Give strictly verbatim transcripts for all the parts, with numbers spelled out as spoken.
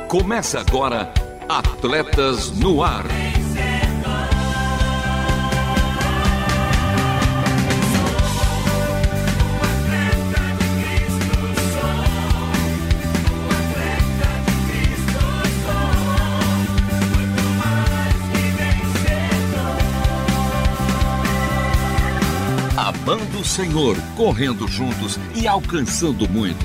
Começa agora Atletas no Ar. Amando o Senhor, correndo juntos e alcançando muitos.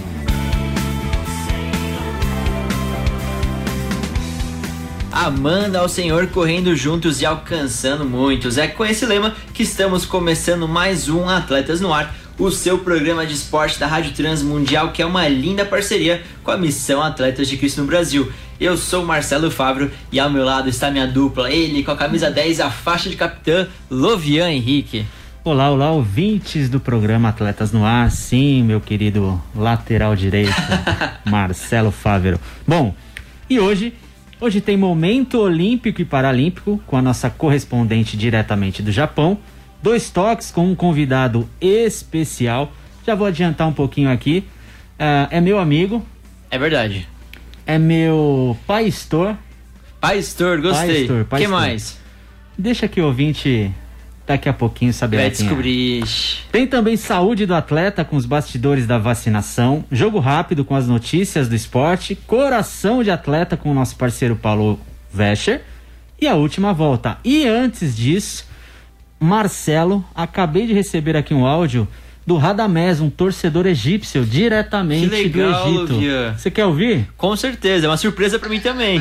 Amando ao Senhor, correndo juntos e alcançando muitos. É com esse lema que estamos começando mais um Atletas no Ar, o seu programa de esporte da Rádio Transmundial, que é uma linda parceria com a Missão Atletas de Cristo no Brasil. Eu sou Marcelo Fávero e ao meu lado está minha dupla, ele com a camisa dez, a faixa de capitã, Lovian Henrique. Olá, olá, ouvintes do programa Atletas no Ar. Sim, meu querido lateral direito, Marcelo Fávero. Bom, e hoje, hoje tem Momento Olímpico e Paralímpico com a nossa correspondente diretamente do Japão. Dois toques com um convidado especial. Já vou adiantar um pouquinho aqui. Uh, é meu amigo. É verdade. É meu pastor. Pastor, gostei. O que mais? Deixa que o ouvinte... daqui a pouquinho saberá vai quem descobrir. É. Tem também Saúde do Atleta com os bastidores da vacinação, Jogo Rápido com as notícias do esporte, Coração de Atleta com o nosso parceiro Paulo Vescher e a última volta. E antes disso, Marcelo, acabei de receber aqui um áudio do Radamés, um torcedor egípcio, diretamente que legal, do Egito. Luvia. Você quer ouvir? Com certeza, é uma surpresa pra mim também.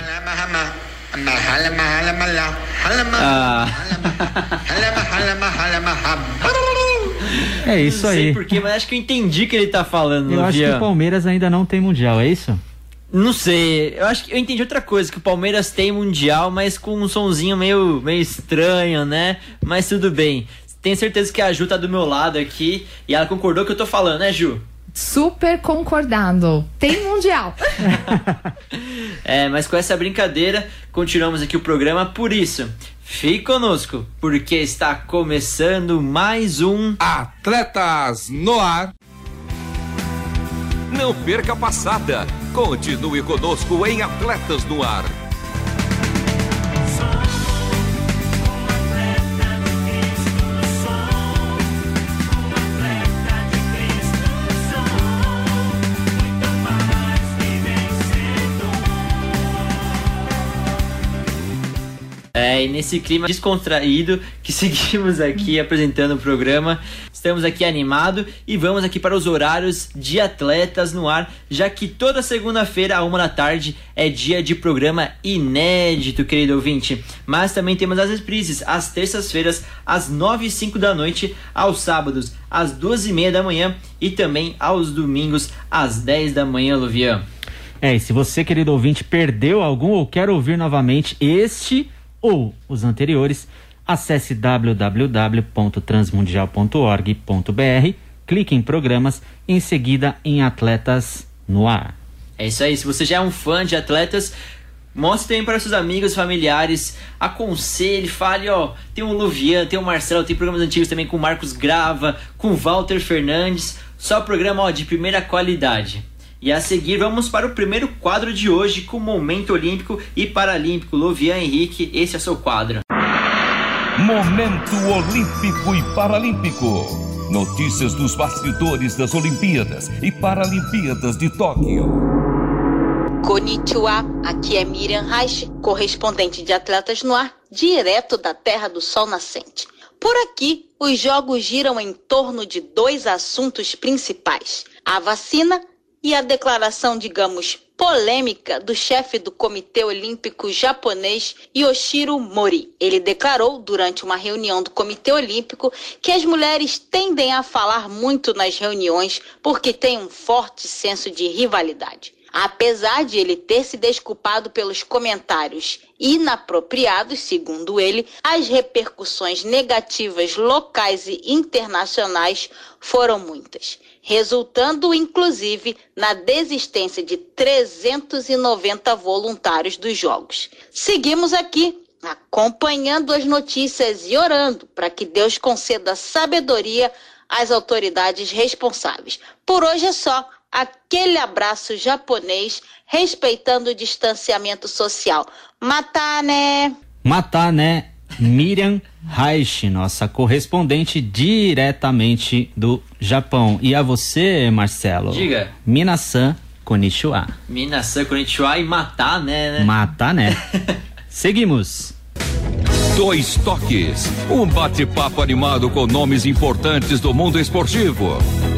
Ah. É isso aí. Não sei porquê, mas acho que eu entendi que ele tá falando. Eu Luvia. acho que o Palmeiras ainda não tem mundial, é isso? Não sei, eu acho que eu entendi outra coisa, que o Palmeiras tem mundial, mas com um sonzinho meio, meio estranho, né? Mas tudo bem. Tenho certeza que a Ju tá do meu lado aqui e ela concordou com o que eu tô falando, né, Ju? Super concordado. Tem mundial. É, mas com essa brincadeira, continuamos aqui o programa. Por isso, fique conosco, porque está começando mais um Atletas no Ar. Não perca a passada. Continue conosco em Atletas no Ar. É, e nesse clima descontraído que seguimos aqui apresentando o programa, estamos aqui animados e vamos aqui para os horários de Atletas no Ar, já que toda segunda-feira, à uma da tarde, é dia de programa inédito, querido ouvinte. Mas também temos as reprises, às terças-feiras, às nove e cinco da noite, aos sábados, às duas e meia da manhã e também aos domingos, às dez da manhã, Luvian. É, e se você, querido ouvinte, perdeu algum ou quer ouvir novamente este ou os anteriores, acesse w w w ponto transmundial ponto org ponto b r, clique em programas e em seguida em Atletas no Ar. É isso aí, se você já é um fã de atletas, mostre também para seus amigos, familiares, aconselhe, fale, ó, tem o Luvian, tem o Marcelo, tem programas antigos também com o Marcos Grava, com o Walter Fernandes, só programa, ó, de primeira qualidade. E a seguir vamos para o primeiro quadro de hoje com o Momento Olímpico e Paralímpico. Lovian Henrique, esse é o seu quadro. Momento Olímpico e Paralímpico. Notícias dos bastidores das Olimpíadas e Paralimpíadas de Tóquio. Konnichiwa, aqui é Miriam Reich, correspondente de Atletas no Ar, direto da Terra do Sol Nascente. Por aqui, os jogos giram em torno de dois assuntos principais: a vacina e a declaração, digamos, polêmica do chefe do Comitê Olímpico japonês, Yoshiro Mori. Ele declarou, durante uma reunião do Comitê Olímpico, que as mulheres tendem a falar muito nas reuniões porque têm um forte senso de rivalidade. Apesar de ele ter se desculpado pelos comentários inapropriados, segundo ele, as repercussões negativas locais e internacionais foram muitas, resultando inclusive na desistência de trezentos e noventa voluntários dos Jogos. Seguimos aqui acompanhando as notícias e orando para que Deus conceda sabedoria às autoridades responsáveis. Por hoje é só. aquele abraço japonês, respeitando o distanciamento social. Mata, né? Mata, né? Miriam Raishi, nossa correspondente diretamente do Japão. E a você, Marcelo? Diga. Minasan konnichiwa. Minasan konnichiwa e matar, né? né? Mata, né? Seguimos. Dois Toques, um bate-papo animado com nomes importantes do mundo esportivo.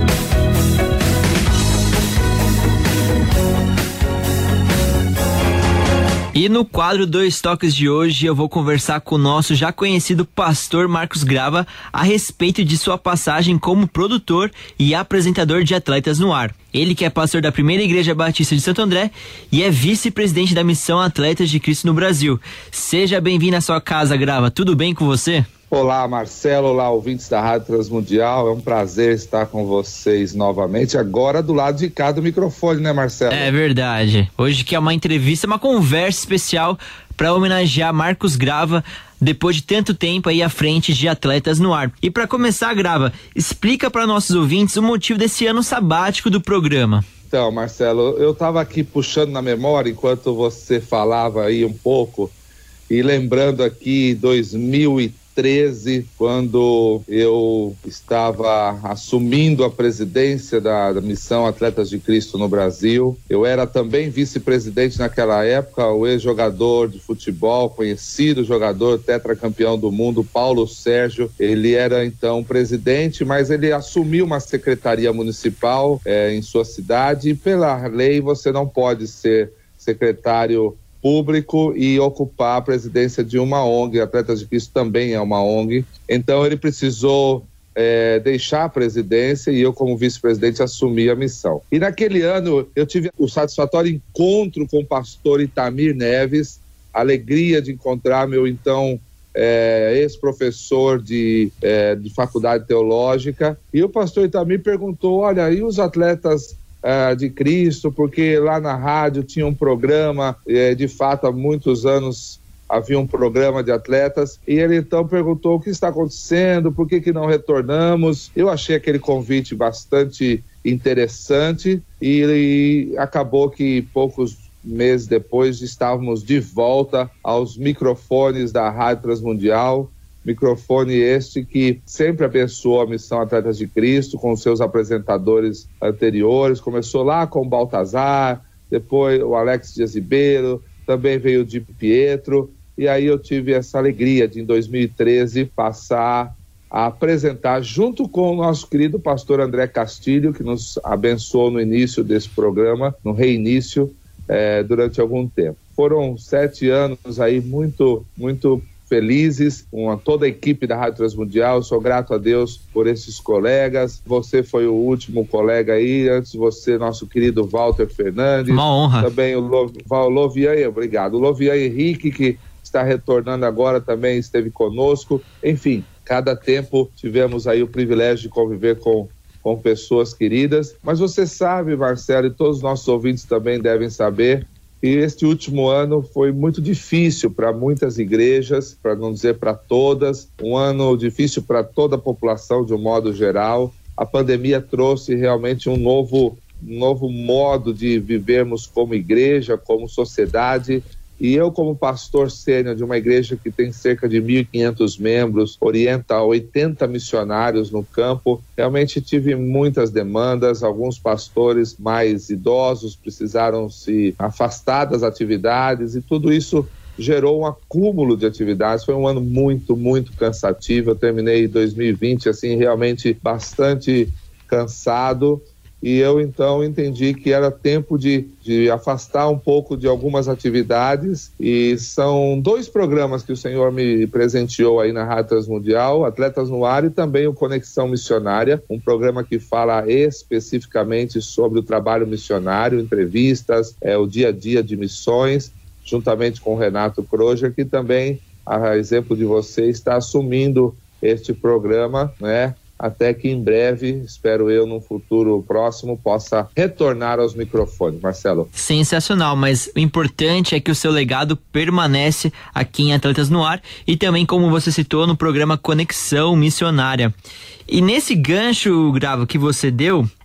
E no quadro Dois Toques de hoje eu vou conversar com o nosso já conhecido pastor Marcos Grava a respeito de sua passagem como produtor e apresentador de Atletas no Ar. Ele que é pastor da Primeira Igreja Batista de Santo André e é vice-presidente da Missão Atletas de Cristo no Brasil. Seja bem-vindo à sua casa, Grava. Tudo bem com você? Olá, Marcelo. Olá, ouvintes da Rádio Transmundial. É um prazer estar com vocês novamente, agora do lado de cá do microfone, né, Marcelo? É verdade. Hoje que é uma entrevista, uma conversa especial para homenagear Marcos Grava depois de tanto tempo aí à frente de Atletas no Ar. E para começar, Grava, explica para nossos ouvintes o motivo desse ano sabático do programa. Então, Marcelo, eu estava aqui puxando na memória enquanto você falava aí um pouco e lembrando aqui dois mil e treze, quando eu estava assumindo a presidência da, da Missão Atletas de Cristo no Brasil. Eu era também vice-presidente naquela época, o ex-jogador de futebol, conhecido jogador, tetracampeão do mundo, Paulo Sérgio. Ele era então presidente, mas ele assumiu uma secretaria municipal é, em sua cidade e pela lei você não pode ser secretário público e ocupar a presidência de uma O N G. Atletas de Cristo também é uma O N G. Então ele precisou é, deixar a presidência e eu, como vice-presidente, assumi a missão. E naquele ano eu tive o satisfatório encontro com o pastor Itamir Neves, a alegria de encontrar meu então é, ex-professor de, é, de faculdade teológica, e o pastor Itamir perguntou: olha, e os atletas Uh, de Cristo, porque lá na rádio tinha um programa, eh, de fato há muitos anos havia um programa de atletas, e ele então perguntou o que está acontecendo, por que que não retornamos. Eu achei aquele convite bastante interessante e, e acabou que poucos meses depois estávamos de volta aos microfones da Rádio Transmundial. Microfone este que sempre abençoou a Missão Atletas de Cristo com seus apresentadores anteriores. Começou lá com o Baltazar, depois o Alex Dias Ribeiro, também veio o Di Pietro, e aí eu tive essa alegria de, em dois mil e treze, passar a apresentar, junto com o nosso querido pastor André Castilho, que nos abençoou no início desse programa, no reinício, eh, durante algum tempo. Foram sete anos aí muito, muito felizes, com toda a equipe da Rádio Transmundial. Sou grato a Deus por esses colegas. Você foi o último colega aí, antes de você, nosso querido Walter Fernandes. Uma honra. Também o Lo, Lovian, obrigado. O Lovian Henrique, que está retornando agora, também esteve conosco. Enfim, cada tempo tivemos aí o privilégio de conviver com, com pessoas queridas. Mas você sabe, Marcelo, e todos os nossos ouvintes também devem saber, e este último ano foi muito difícil para muitas igrejas, para não dizer para todas, um ano difícil para toda a população de um modo geral. A pandemia trouxe realmente um novo, um novo modo de vivermos como igreja, como sociedade. E eu, como pastor sênior de uma igreja que tem cerca de mil e quinhentos membros, orienta oitenta missionários no campo, realmente tive muitas demandas. Alguns pastores mais idosos precisaram se afastar das atividades e tudo isso gerou um acúmulo de atividades. Foi um ano muito, muito cansativo. Eu terminei dois mil e vinte assim, realmente bastante cansado. E eu então entendi que era tempo de, de afastar um pouco de algumas atividades, e são dois programas que o Senhor me presenteou aí na Rádio Transmundial, Atletas no Ar e também o Conexão Missionária, um programa que fala especificamente sobre o trabalho missionário, entrevistas, é, o dia a dia de missões, juntamente com o Renato Kroger, que também, a exemplo de você, está assumindo este programa, né? Até que em breve, espero eu, num futuro próximo, possa retornar aos microfones. Marcelo. Sensacional, mas o importante é que o seu legado permanece aqui em Atletas no Ar e também, como você citou, no programa Conexão Missionária. E nesse gancho, Grava, que você deu,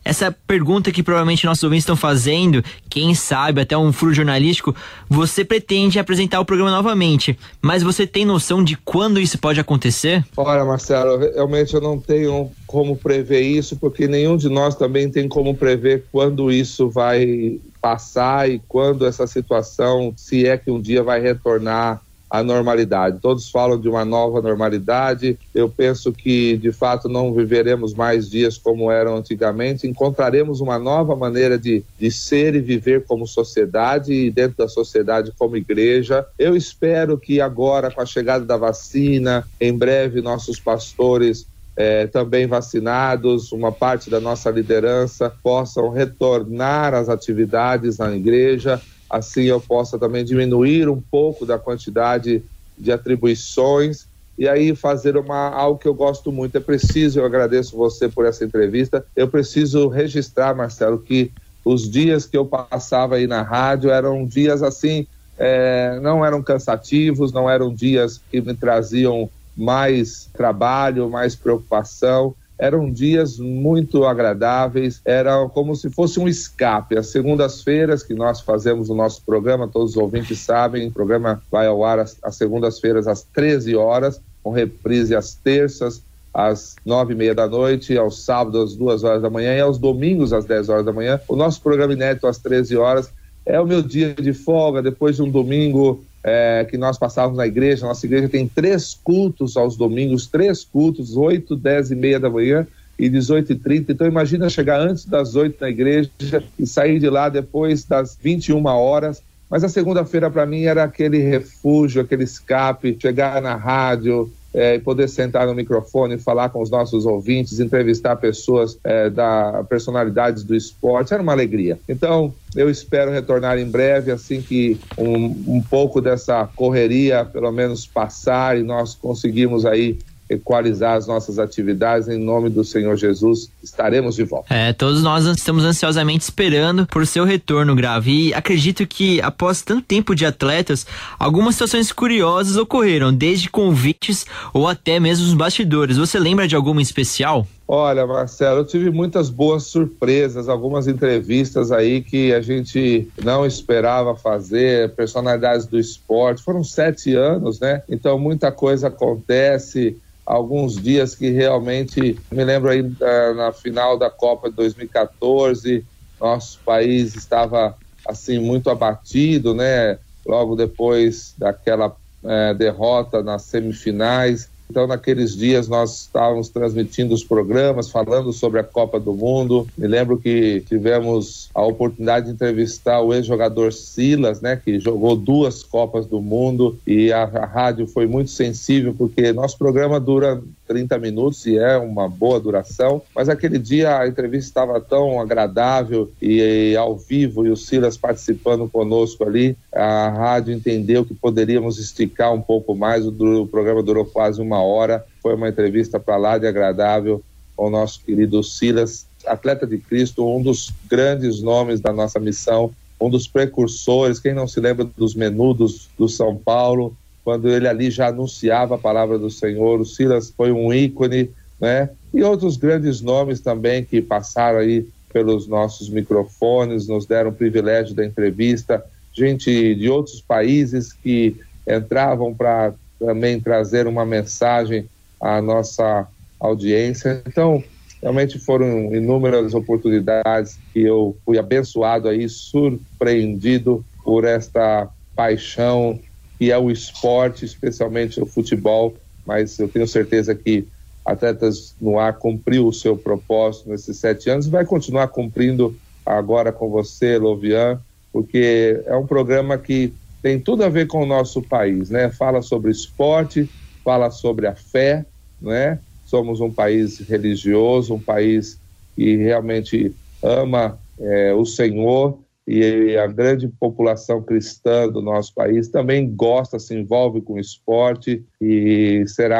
essa pergunta que provavelmente nossos ouvintes estão fazendo, quem sabe até um furo jornalístico, você pretende apresentar o programa novamente, mas você tem noção de quando isso pode acontecer? Olha, Marcelo, realmente eu não tenho como prever isso, porque nenhum de nós também tem como prever quando isso vai passar e quando essa situação, se é que um dia vai retornar à normalidade. Todos falam de uma nova normalidade. Eu penso que, de fato, não viveremos mais dias como eram antigamente. Encontraremos uma nova maneira de, de ser e viver como sociedade e dentro da sociedade como igreja. Eu espero que agora, com a chegada da vacina, em breve nossos pastores É, também vacinados, uma parte da nossa liderança possam retornar às atividades na igreja, assim eu possa também diminuir um pouco da quantidade de atribuições e aí fazer uma, algo que eu gosto muito. É preciso, eu agradeço você por essa entrevista, eu preciso registrar, Marcelo, que os dias que eu passava aí na rádio eram dias assim, é, não eram cansativos, não eram dias que me traziam mais trabalho, mais preocupação. Eram dias muito agradáveis, era como se fosse um escape. As segundas-feiras que nós fazemos o nosso programa, todos os ouvintes sabem, o programa vai ao ar às, às segundas-feiras às treze horas, com reprise às terças, às nove e meia da noite, aos sábados às duas horas da manhã e aos domingos às dez horas da manhã. O nosso programa inédito às treze horas é o meu dia de folga, depois de um domingo É, que nós passávamos na igreja. Nossa igreja tem três cultos aos domingos, três cultos, oito, dez e meia da manhã e dezoito e trinta. Então imagina chegar antes das oito na igreja e sair de lá depois das vinte e uma horas. Mas a segunda-feira para mim era aquele refúgio, aquele escape, chegar na rádio, É, e poder sentar no microfone e falar com os nossos ouvintes, entrevistar pessoas é, da personalidades do esporte, era uma alegria. Então, eu espero retornar em breve, assim que um, um pouco dessa correria, pelo menos passar e nós conseguirmos aí equalizar as nossas atividades. Em nome do Senhor Jesus, estaremos de volta. É, todos nós estamos ansiosamente esperando por seu retorno, Grave, e acredito que após tanto tempo de atletas, algumas situações curiosas ocorreram, desde convites ou até mesmo os bastidores. Você lembra de alguma em especial? Olha, Marcelo, eu tive muitas boas surpresas, algumas entrevistas aí que a gente não esperava fazer, personalidades do esporte. Foram sete anos, né? Então muita coisa acontece. Alguns dias que realmente, me lembro aí uh, na final da Copa de dois mil e quatorze, nosso país estava assim muito abatido, né? Logo depois daquela uh, derrota nas semifinais. Então, naqueles dias, nós estávamos transmitindo os programas, falando sobre a Copa do Mundo. Me lembro que tivemos a oportunidade de entrevistar o ex-jogador Silas, né, que jogou duas Copas do Mundo, e a, a rádio foi muito sensível, porque nosso programa dura trinta minutos e é uma boa duração, mas aquele dia a entrevista estava tão agradável e, e ao vivo, e o Silas participando conosco ali, a rádio entendeu que poderíamos esticar um pouco mais. O, o programa durou quase uma hora, foi uma entrevista para lá de agradável com o nosso querido Silas, atleta de Cristo, um dos grandes nomes da nossa missão, um dos precursores. Quem não se lembra dos menudos do São Paulo, quando ele ali já anunciava a palavra do Senhor? O Silas foi um ícone, né? E outros grandes nomes também que passaram aí pelos nossos microfones, nos deram o privilégio da entrevista, gente de outros países que entravam para também trazer uma mensagem à nossa audiência. Então, realmente foram inúmeras oportunidades que eu fui abençoado aí, surpreendido por esta paixão que é o esporte, especialmente o futebol, mas eu tenho certeza que Atletas no Ar cumpriu o seu propósito nesses sete anos e vai continuar cumprindo agora com você, Lovian, porque é um programa que tem tudo a ver com o nosso país, né? Fala sobre esporte, fala sobre a fé, né? Somos um país religioso, um país que realmente ama é, o Senhor, e a grande população cristã do nosso país também gosta, se envolve com o esporte, e será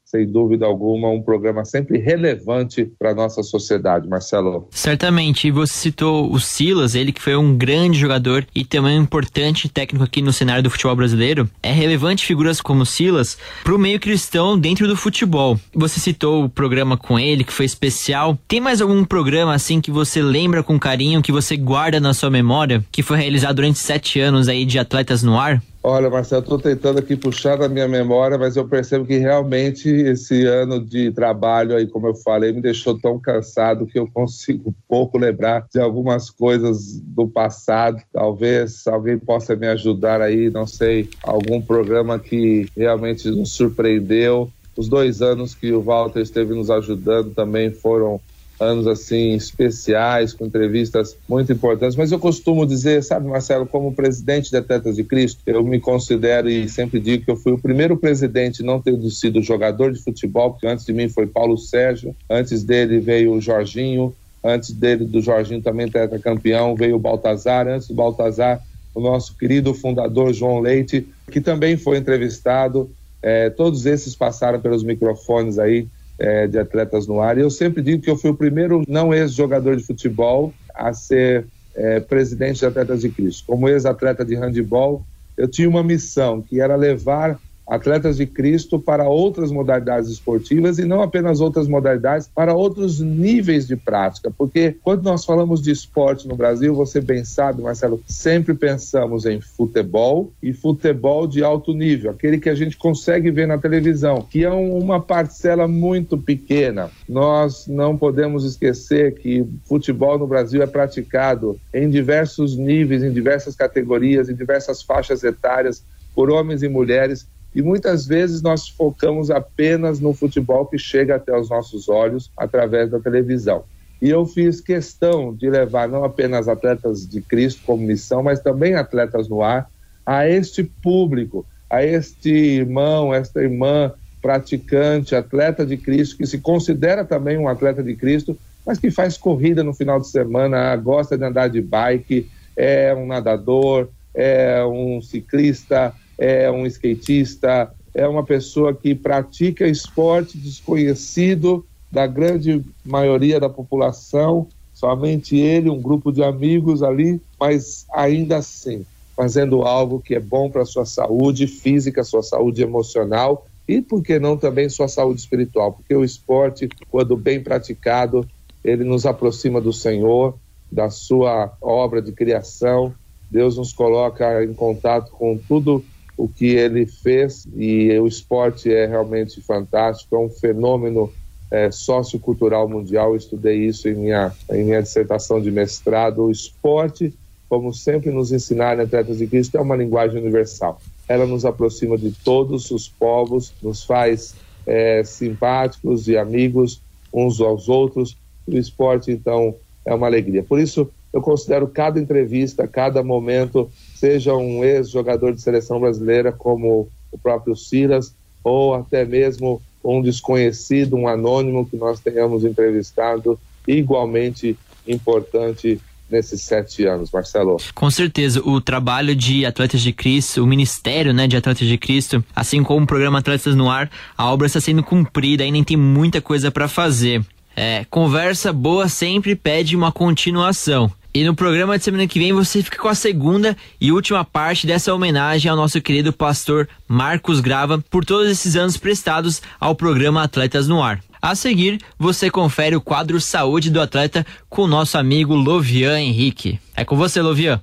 sem dúvida alguma, um programa sempre relevante para a nossa sociedade, Marcelo. Certamente, e você citou o Silas, ele que foi um grande jogador e também um importante técnico aqui no cenário do futebol brasileiro. É relevante figuras como o Silas para o meio cristão dentro do futebol. Você citou o programa com ele, que foi especial. Tem mais algum programa assim que você lembra com carinho, que você guarda na sua memória, que foi realizado durante sete anos aí de Atletas no Ar? Olha, Marcelo, estou tentando aqui puxar da minha memória, mas eu percebo que realmente esse ano de trabalho aí, como eu falei, me deixou tão cansado que eu consigo pouco lembrar de algumas coisas do passado. Talvez alguém possa me ajudar aí, não sei, algum programa que realmente nos surpreendeu. Os dois anos que o Walter esteve nos ajudando também foram anos assim especiais, com entrevistas muito importantes, mas eu costumo dizer, sabe, Marcelo, como presidente de Atletas de Cristo, eu me considero e sempre digo que eu fui o primeiro presidente não tendo sido jogador de futebol, porque antes de mim foi Paulo Sérgio, antes dele veio o Jorginho, antes dele, do Jorginho também tetracampeão, veio o Baltazar, antes do Baltazar o nosso querido fundador João Leite, que também foi entrevistado. É, todos esses passaram pelos microfones aí É, de Atletas no Ar, e eu sempre digo que eu fui o primeiro não ex-jogador de futebol a ser é, presidente de Atletas de Cristo. Como ex-atleta de handebol, eu tinha uma missão, que era levar Atletas de Cristo para outras modalidades esportivas e não apenas outras modalidades, para outros níveis de prática, porque quando nós falamos de esporte no Brasil, você bem sabe, Marcelo, sempre pensamos em futebol e futebol de alto nível, aquele que a gente consegue ver na televisão, que é uma parcela muito pequena. Nós não podemos esquecer que futebol no Brasil é praticado em diversos níveis, em diversas categorias, em diversas faixas etárias, por homens e mulheres, e muitas vezes nós focamos apenas no futebol que chega até os nossos olhos através da televisão. E eu fiz questão de levar não apenas Atletas de Cristo como missão, mas também Atletas no Ar a este público, a este irmão, esta irmã praticante, atleta de Cristo, que se considera também um atleta de Cristo, mas que faz corrida no final de semana, gosta de andar de bike, é um nadador, é um ciclista, é um skatista, é uma pessoa que pratica esporte desconhecido da grande maioria da população, somente ele, um grupo de amigos ali, mas ainda assim, fazendo algo que é bom para a sua saúde física, sua saúde emocional e, por que não, também sua saúde espiritual, porque o esporte, quando bem praticado, ele nos aproxima do Senhor, da sua obra de criação. Deus nos coloca em contato com tudo o que ele fez, e o esporte é realmente fantástico, é um fenômeno é, sociocultural mundial. Eu estudei isso em minha, em minha dissertação de mestrado. O esporte, como sempre nos ensinaram Atletas de Cristo, é uma linguagem universal. Ela nos aproxima de todos os povos, nos faz é, simpáticos e amigos uns aos outros. O esporte, então, é uma alegria. Por isso, eu considero cada entrevista, cada momento, seja um ex-jogador de seleção brasileira como o próprio Silas, ou até mesmo um desconhecido, um anônimo que nós tenhamos entrevistado, igualmente importante nesses sete anos, Marcelo. Com certeza, o trabalho de Atletas de Cristo, o ministério, né, de Atletas de Cristo, assim como o programa Atletas no Ar, a obra está sendo cumprida, ainda tem muita coisa para fazer. É, conversa boa sempre pede uma continuação. E no programa de semana que vem você fica com a segunda e última parte dessa homenagem ao nosso querido pastor Marcos Grava por todos esses anos prestados ao programa Atletas no Ar. A seguir, você confere o quadro Saúde do Atleta com o nosso amigo Lovian Henrique. É com você, Lovian.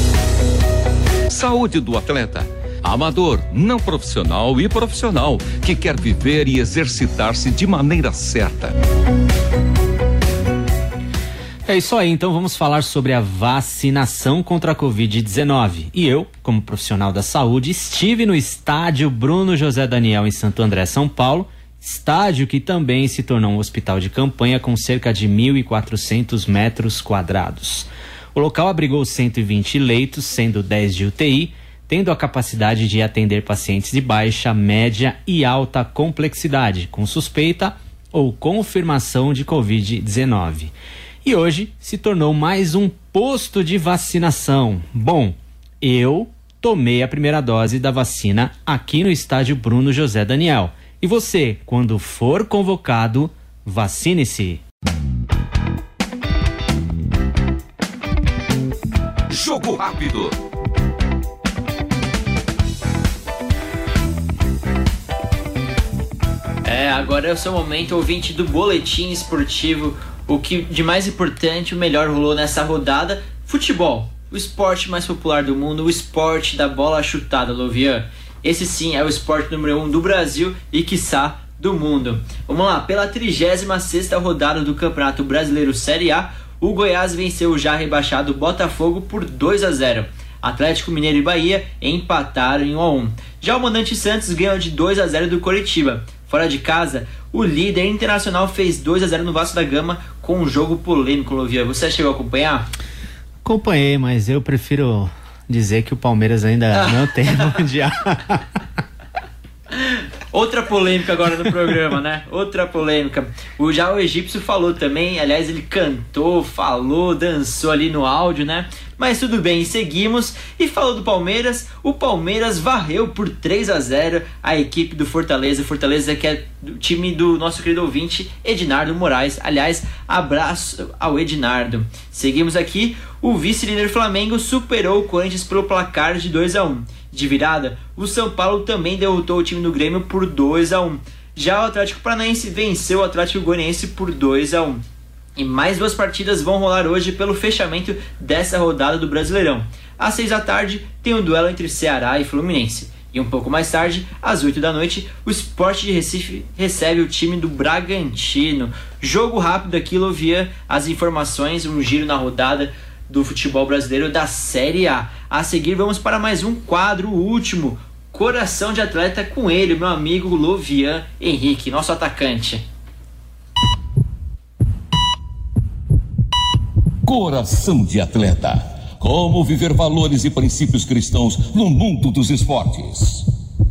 Saúde do Atleta. Amador, não profissional e profissional que quer viver e exercitar-se de maneira certa. É isso aí, então vamos falar sobre a vacinação contra a covid dezenove. E eu, como profissional da saúde, estive no estádio Bruno José Daniel em Santo André, São Paulo, estádio que também se tornou um hospital de campanha com cerca de mil e quatrocentos metros quadrados. O local abrigou cento e vinte leitos, sendo dez de U T I, tendo a capacidade de atender pacientes de baixa, média e alta complexidade, com suspeita ou confirmação de covid dezenove. E hoje se tornou mais um posto de vacinação. Bom, eu tomei a primeira dose da vacina aqui no estádio Bruno José Daniel. E você, quando for convocado, vacine-se. Jogo rápido. É, agora é o seu momento, ouvinte do Boletim Esportivo. O que de mais importante, o melhor rolou nessa rodada: futebol, o esporte mais popular do mundo, o esporte da bola chutada, Lovian. Esse sim é o esporte número um do Brasil e, quiçá, do mundo. Vamos lá, pela trigésima sexta rodada do Campeonato Brasileiro Série A, o Goiás venceu o já rebaixado Botafogo por dois a zero. Atlético Mineiro e Bahia empataram em um a um. Já o mandante Santos ganhou de dois a zero do Coritiba. Fora de casa, o líder Internacional fez dois a zero no Vasco da Gama com um jogo polêmico, Lovian. Você chegou a acompanhar? Acompanhei, mas eu prefiro dizer que o Palmeiras ainda não tem mundial. Outra polêmica agora no programa, né? Outra polêmica. O, já o egípcio falou também, aliás, ele cantou, falou, dançou ali no áudio, né? Mas tudo bem, seguimos. E falou do Palmeiras, o Palmeiras varreu por três a zero a equipe do Fortaleza. Fortaleza que é do time do nosso querido ouvinte Ednardo Moraes. Aliás, abraço ao Ednardo. Seguimos aqui, o vice-líder Flamengo superou o Corinthians pelo placar de dois a um. De virada, o São Paulo também derrotou o time do Grêmio por dois a um. Já o Atlético Paranaense venceu o Atlético Goianiense por dois a um. E mais duas partidas vão rolar hoje pelo fechamento dessa rodada do Brasileirão. Às seis da tarde tem o duelo entre Ceará e Fluminense. E um pouco mais tarde, às oito da noite, o Sport de Recife recebe o time do Bragantino. Jogo rápido aqui, Lovian, as informações, um giro na rodada do futebol brasileiro da Série A. A seguir vamos para mais um quadro, o último, Coração de Atleta, com ele, meu amigo Lovian Henrique, nosso atacante. Coração de Atleta. Como viver valores e princípios cristãos no mundo dos esportes.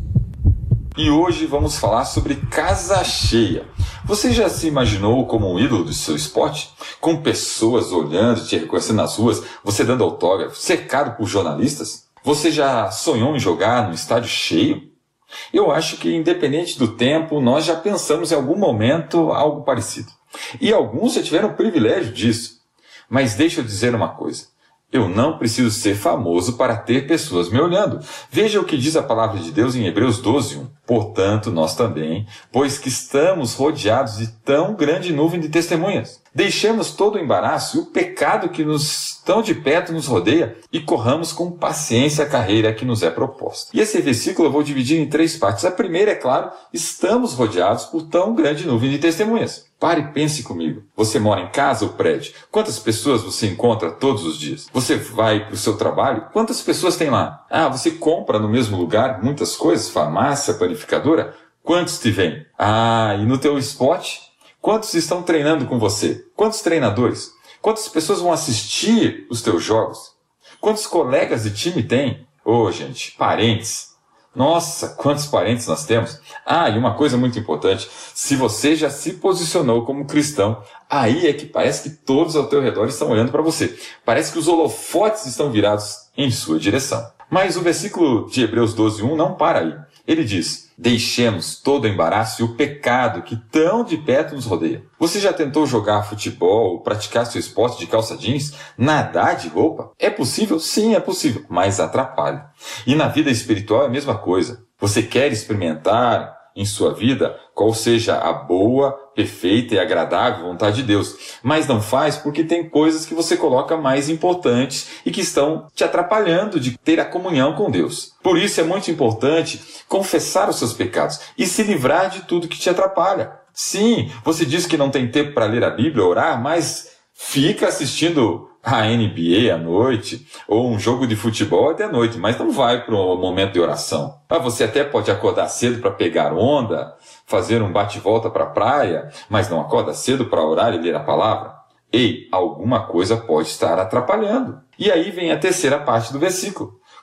E hoje vamos falar sobre casa cheia. Você já se imaginou como um ídolo do seu esporte? Com pessoas olhando, te reconhecendo nas ruas, você dando autógrafo, cercado por jornalistas? Você já sonhou em jogar num estádio cheio? Eu acho que, independente do tempo, nós já pensamos em algum momento algo parecido. E alguns já tiveram o privilégio disso. Mas deixa eu dizer uma coisa. Eu não preciso ser famoso para ter pessoas me olhando. Veja o que diz a palavra de Deus em Hebreus doze, um. Portanto, nós também, pois que estamos rodeados de tão grande nuvem de testemunhas, deixemos todo o embaraço e o pecado que nos tão de perto nos rodeia e corramos com paciência a carreira que nos é proposta. E esse versículo eu vou dividir em três partes. A primeira, é claro, estamos rodeados por tão grande nuvem de testemunhas. Pare e pense comigo. Você mora em casa ou prédio? Quantas pessoas você encontra todos os dias? Você vai para o seu trabalho? Quantas pessoas tem lá? Ah, você compra no mesmo lugar muitas coisas? Farmácia, panificadora? Quantos te vêm? Ah, e no teu esporte? Quantos estão treinando com você? Quantos treinadores? Quantas pessoas vão assistir os teus jogos? Quantos colegas de time tem? Ô, oh, gente, parentes. Nossa, quantos parentes nós temos? Ah, e uma coisa muito importante, se você já se posicionou como cristão, aí é que parece que todos ao teu redor estão olhando para você. Parece que os holofotes estão virados em sua direção. Mas o versículo de Hebreus doze, um não para aí. Ele diz, deixemos todo o embaraço e o pecado que tão de perto nos rodeia. Você já tentou jogar futebol, praticar seu esporte de calça jeans, nadar de roupa? É possível? Sim, é possível, mas atrapalha. E na vida espiritual é a mesma coisa. Você quer experimentar em sua vida qual seja a boa, perfeita e agradável vontade de Deus, mas não faz porque tem coisas que você coloca mais importantes e que estão te atrapalhando de ter a comunhão com Deus. Por isso é muito importante confessar os seus pecados e se livrar de tudo que te atrapalha. Sim, você diz que não tem tempo para ler a Bíblia, orar, mas fica assistindo a N B A à noite, ou um jogo de futebol até à noite, mas não vai para um momento de oração. Ah, você até pode acordar cedo para pegar onda, fazer um bate-volta para a praia, mas não acorda cedo para orar e ler a palavra? Ei, alguma coisa pode estar atrapalhando. E aí vem a terceira parte do versículo.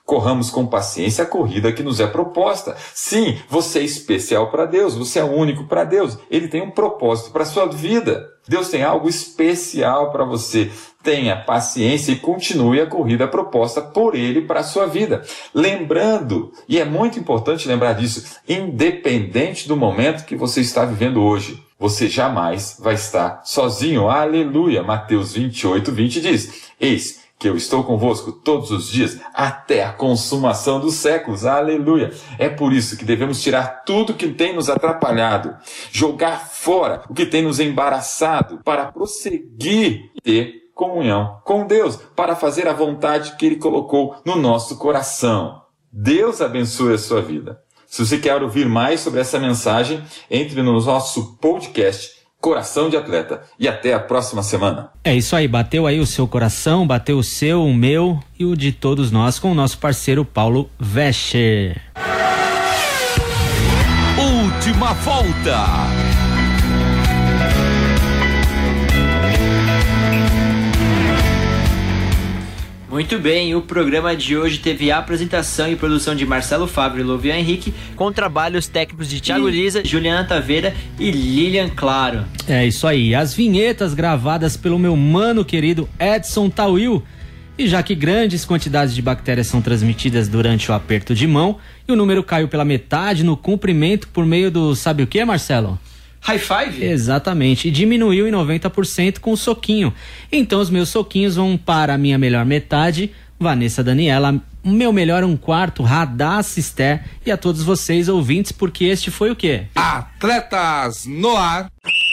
Corramos com paciência a corrida que nos é proposta. Sim, você é especial para Deus, você é único para Deus. Ele tem um propósito para a sua vida. Deus tem algo especial para você. Tenha paciência e continue a corrida proposta por Ele para a sua vida. Lembrando, e é muito importante lembrar disso, independente do momento que você está vivendo hoje, você jamais vai estar sozinho. Aleluia! Mateus vinte e oito, vinte diz: Eis que eu estou convosco todos os dias, até a consumação dos séculos. Aleluia! É por isso que devemos tirar tudo que tem nos atrapalhado, jogar fora o que tem nos embaraçado, para prosseguir e ter comunhão com Deus, para fazer a vontade que Ele colocou no nosso coração. Deus abençoe a sua vida. Se você quer ouvir mais sobre essa mensagem, entre no nosso podcast Coração de Atleta. E até a próxima semana. É isso aí, bateu aí o seu coração, bateu o seu, o meu e o de todos nós com o nosso parceiro Paulo Vescher. Última volta. Muito bem, o programa de hoje teve a apresentação e produção de Marcelo Fábio e Lovian Henrique, com trabalhos técnicos de Thiago Lisa, Juliana Taveira e Lilian Claro. É isso aí, as vinhetas gravadas pelo meu mano querido Edson Tawil. E já que grandes quantidades de bactérias são transmitidas durante o aperto de mão, e o número caiu pela metade no comprimento por meio do, sabe o que, Marcelo? High five? Exatamente, e diminuiu em noventa por cento com o soquinho. Então os meus soquinhos vão para a minha melhor metade, Vanessa Daniela, o meu melhor um quarto, Radassa Esther, e a todos vocês ouvintes, porque este foi o quê? Atletas no ar.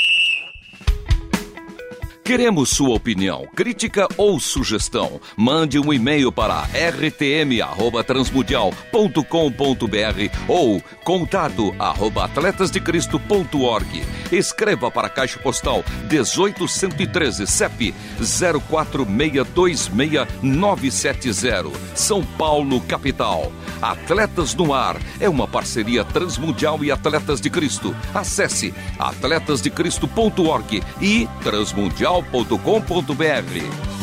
Queremos sua opinião, crítica ou sugestão. Mande um e-mail para r t m arroba transmundial ponto com ponto b r ou contato arroba atletas de cristo ponto org. Escreva para a Caixa Postal dezoito cento e treze, C E P zero quatro seis dois seis nove sete zero, São Paulo, capital. Atletas no Ar é uma parceria Transmundial e Atletas de Cristo. Acesse atletas de cristo ponto org e transmundial ponto com ponto b r.